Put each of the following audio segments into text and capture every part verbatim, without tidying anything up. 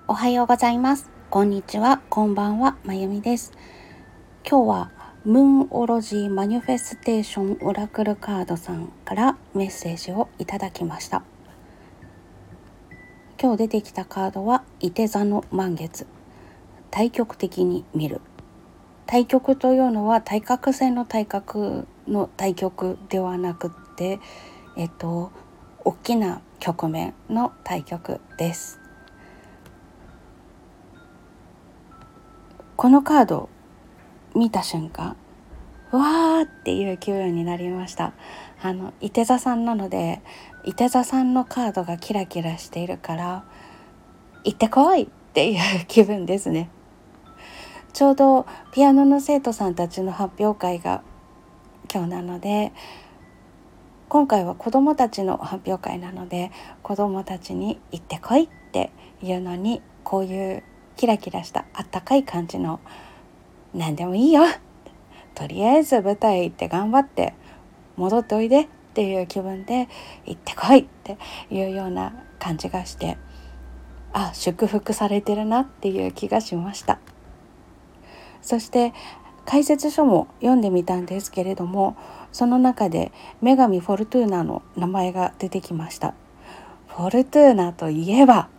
おはようございます。こんにちは、こんばんは、まゆみです。今日はムーンオロジーマニフェステーションオラクルカードさんからメッセージをいただきました。今日出てきたカードは射手座の満月。対極的に見る。対極というのは対角線の対角の対極ではなくって、えっと大きな局面の対極です。このカード見た瞬間、わーっていう気分になりました。あの射手座さんなので、射手座さんのカードがキラキラしているから行ってこいっていう気分ですね。ちょうどピアノの生徒さんたちの発表会が今日なので、今回は子どもたちの発表会なので、子どもたちに行ってこいっていうのに、こういうキラキラしたあったかい感じの、何でもいいよ、とりあえず舞台行って頑張って戻っておいでっていう気分で行ってこいっていうような感じがして、あ、祝福されてるなっていう気がしました。そして解説書も読んでみたんですけれども、その中で女神フォルトゥーナの名前が出てきました。フォルトゥーナといえば、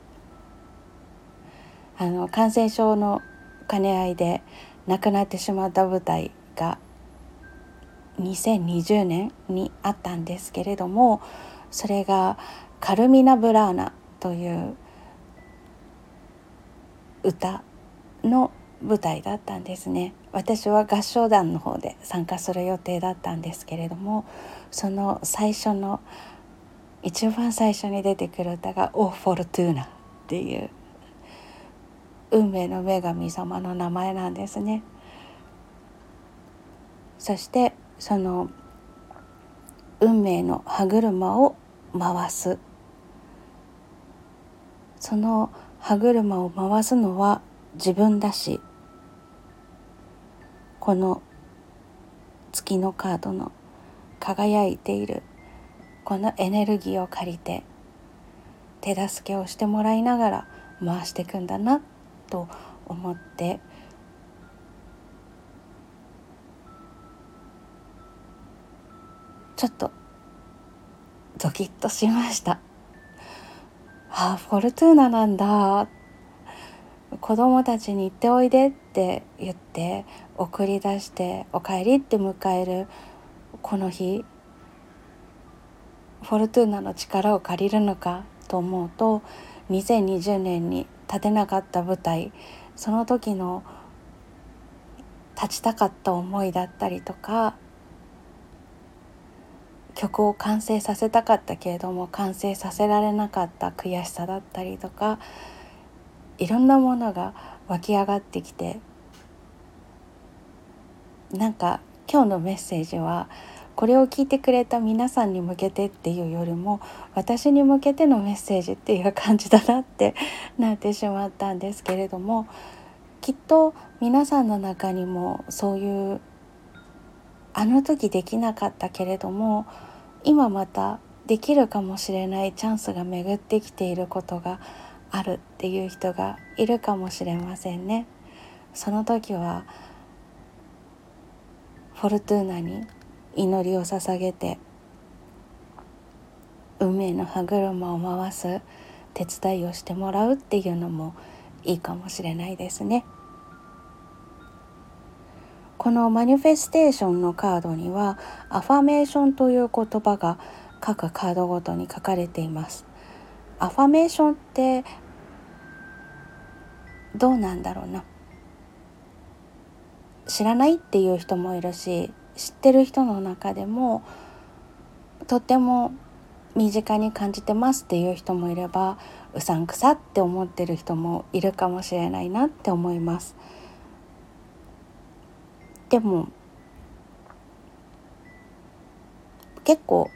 あの感染症の兼ね合いで亡くなってしまった舞台がにせんにじゅうねんにあったんですけれども、それがカルミナ・ブラーナという歌の舞台だったんですね。私は合唱団の方で参加する予定だったんですけれども、その最初の一番最初に出てくる歌がオ・フォルトゥーナっていう運命の女神様の名前なんですね。そしてその運命の歯車を回す、その歯車を回すのは自分だし、この月のカードの輝いているこのエネルギーを借りて手助けをしてもらいながら回していくんだなと思って、ちょっとドキッとしました。ああ、フォルトゥーナなんだ。子供たちに行っておいでって言って送り出してお帰りって迎えるこの日、フォルトゥーナの力を借りるのかと思うと、にせんにじゅうねんに立てなかった舞台、その時の立ちたかった思いだったりとか、曲を完成させたかったけれども完成させられなかった悔しさだったりとか、いろんなものが湧き上がってきて、なんか今日のメッセージはこれを聞いてくれた皆さんに向けてっていうよりも、私に向けてのメッセージっていう感じだなってなってしまったんですけれども、きっと皆さんの中にもそういう、あの時できなかったけれども今またできるかもしれないチャンスが巡ってきていることがあるっていう人がいるかもしれませんね。その時はフォルトゥーナに祈りを捧げて、運命の歯車を回す手伝いをしてもらうっていうのもいいかもしれないですね。このマニフェステーションのカードにはアファメーションという言葉が各カードごとに書かれています。アファメーションってどうなんだろうな、知らないっていう人もいるし、知ってる人の中でもとっても身近に感じてますっていう人もいれば、うさんくさって思ってる人もいるかもしれないなって思います。でも結構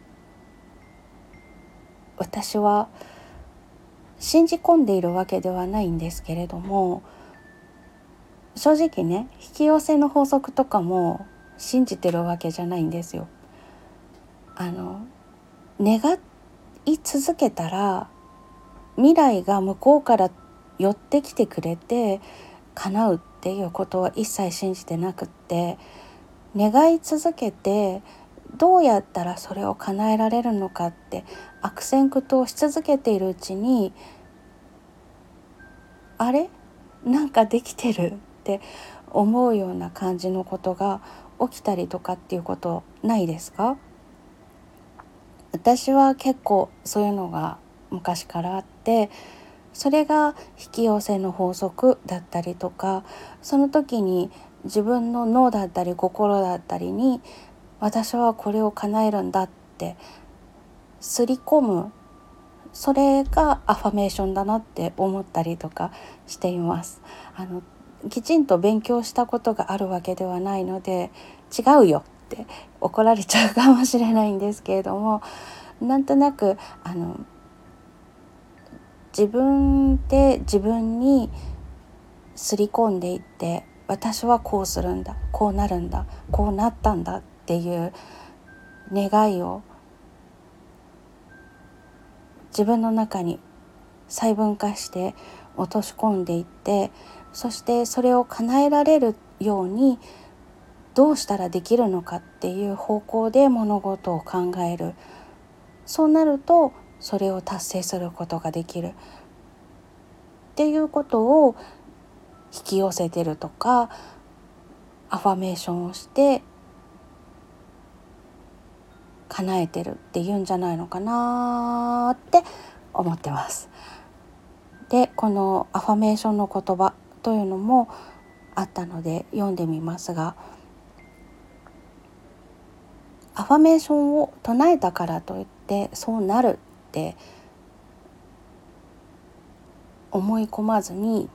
私は信じ込んでいるわけではないんですけれども、正直ね、引き寄せの法則とかも信じてるわけじゃないんですよ。あの願い続けたら未来が向こうから寄ってきてくれて叶うっていうことは一切信じてなくって、願い続けてどうやったらそれを叶えられるのかって悪戦苦闘し続けているうちに、あれなんかできてるって思うような感じのことが起きたりとかっていうことないですか？私は結構そういうのが昔からあって、それが引き寄せの法則だったりとか、その時に自分の脳だったり心だったりに、私はこれを叶えるんだってすり込む、それがアファメーションだなって思ったりとかしています。あのきちんと勉強したことがあるわけではないので、違うよって怒られちゃうかもしれないんですけれども、なんとなくあの自分で自分にすり込んでいって、私はこうするんだ、こうなるんだ、こうなったんだっていう願いを自分の中に細分化して落とし込んでいって、そしてそれを叶えられるようにどうしたらできるのかっていう方向で物事を考える。そうなるとそれを達成することができるっていうことを引き寄せてるとか、アファメーションをして叶えてるっていうんじゃないのかなって思ってます。で、このアファメーションの言葉というのもあったので読んでみますが、アファメーションを唱えたからといってそうなるって思い込まずに、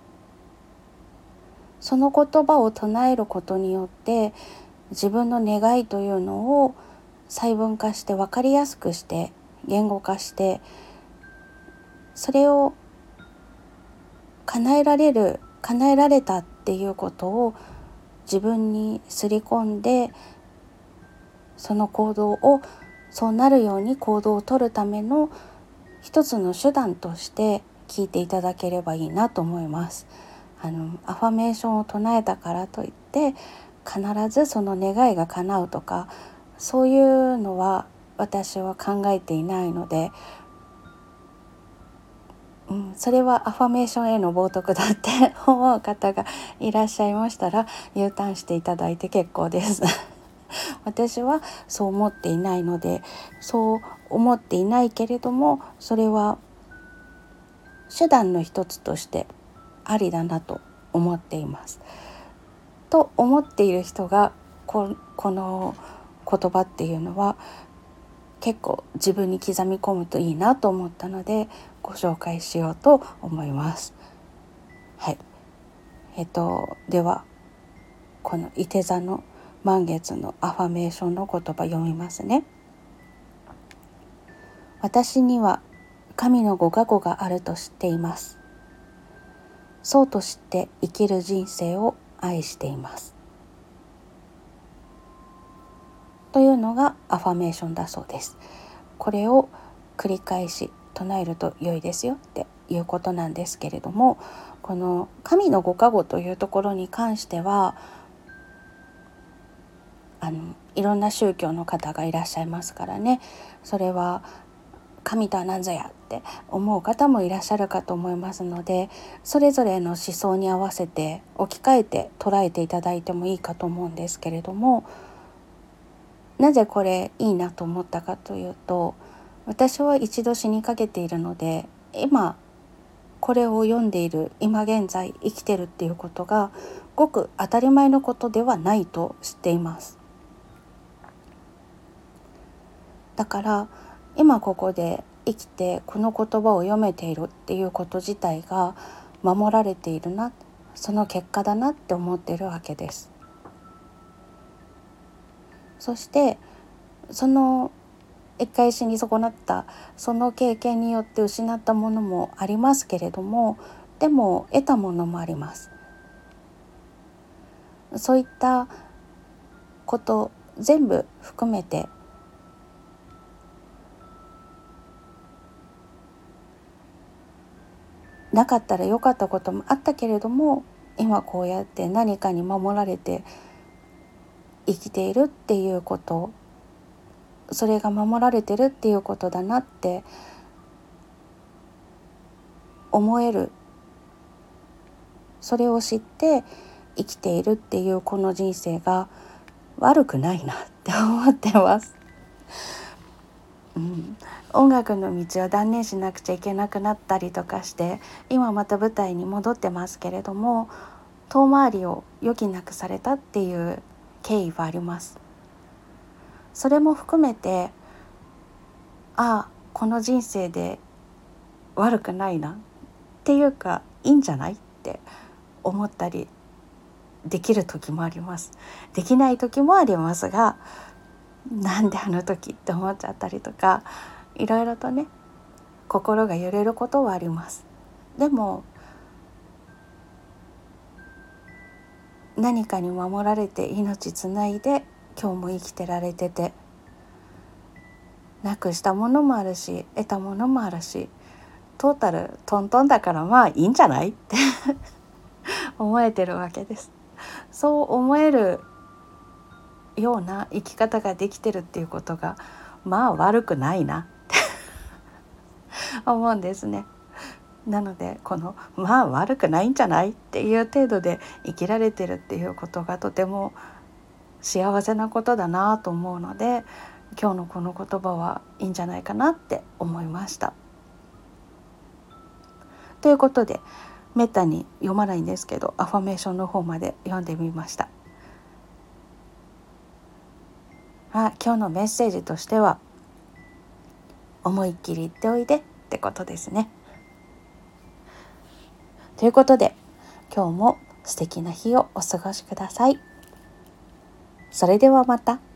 その言葉を唱えることによって自分の願いというのを細分化して分かりやすくして言語化して、それを叶えられる叶えられたっていうことを自分にすり込んで、その行動をそうなるように行動をとるための一つの手段として聞いていただければいいなと思います。あのアファメーションを唱えたからといって必ずその願いが叶うとか、そういうのは私は考えていないので、うん、それはアファメーションへの冒涜だって思う方がいらっしゃいましたら U ターンしていただいて結構です私はそう思っていないので、そう思っていないけれども、それは手段の一つとしてありだなと思っていますと思っている人がこ、この言葉っていうのは結構自分に刻み込むといいなと思ったのでご紹介しようと思います。はい。えっとではこのいて座の満月のアファメーションの言葉読みますね。私には神のご加護があると知っています。そうと知って生きる人生を愛しています。というのがアファメーションだそうです。これを繰り返し唱えると良いですよっていうことなんですけれども、この神のご加護というところに関してはあのいろんな宗教の方がいらっしゃいますからね、それは神とは何ぞやって思う方もいらっしゃるかと思いますので、それぞれの思想に合わせて置き換えて捉えていただいてもいいかと思うんですけれども、なぜこれいいなと思ったかというと、私は一度死にかけているので、今これを読んでいる今現在生きてるっていうことがごく当たり前のことではないと知っています。だから今ここで生きてこの言葉を読めているっていうこと自体が守られているな、その結果だなって思っているわけです。そしてその一回死に損なったその経験によって失ったものもありますけれども、でも得たものもあります。そういったこと全部含めてなかったらよかったこともあったけれども、今こうやって何かに守られて生きているっていうこと、それが守られてるっていうことだなって思える、それを知って生きているっていうこの人生が悪くないなって思ってます。うん、音楽の道を断念しなくちゃいけなくなったりとかして今また舞台に戻ってますけれども、遠回りを余儀なくされたっていう経緯はあります。それも含めて、ああこの人生で悪くないなっていうかいいんじゃないって思ったりできる時もあります。できない時もありますが、なんであの時って思っちゃったりとか、いろいろとね心が揺れることはあります。でも何かに守られて命つないで今日も生きてられてて、なくしたものもあるし得たものもあるし、トータルトントンだからまあいいんじゃないって思えてるわけです。そう思えるような生き方ができてるっていうことがまあ悪くないなって思うんですね。なのでこのまあ悪くないんじゃないっていう程度で生きられてるっていうことがとても幸せなことだなと思うので、今日のこの言葉はいいんじゃないかなって思いました。ということでめったに読まないんですけどアファメーションの方まで読んでみました。あ、今日のメッセージとしては思いっきり言っておいでってことですね。ということで今日も素敵な日をお過ごしください。それではまた。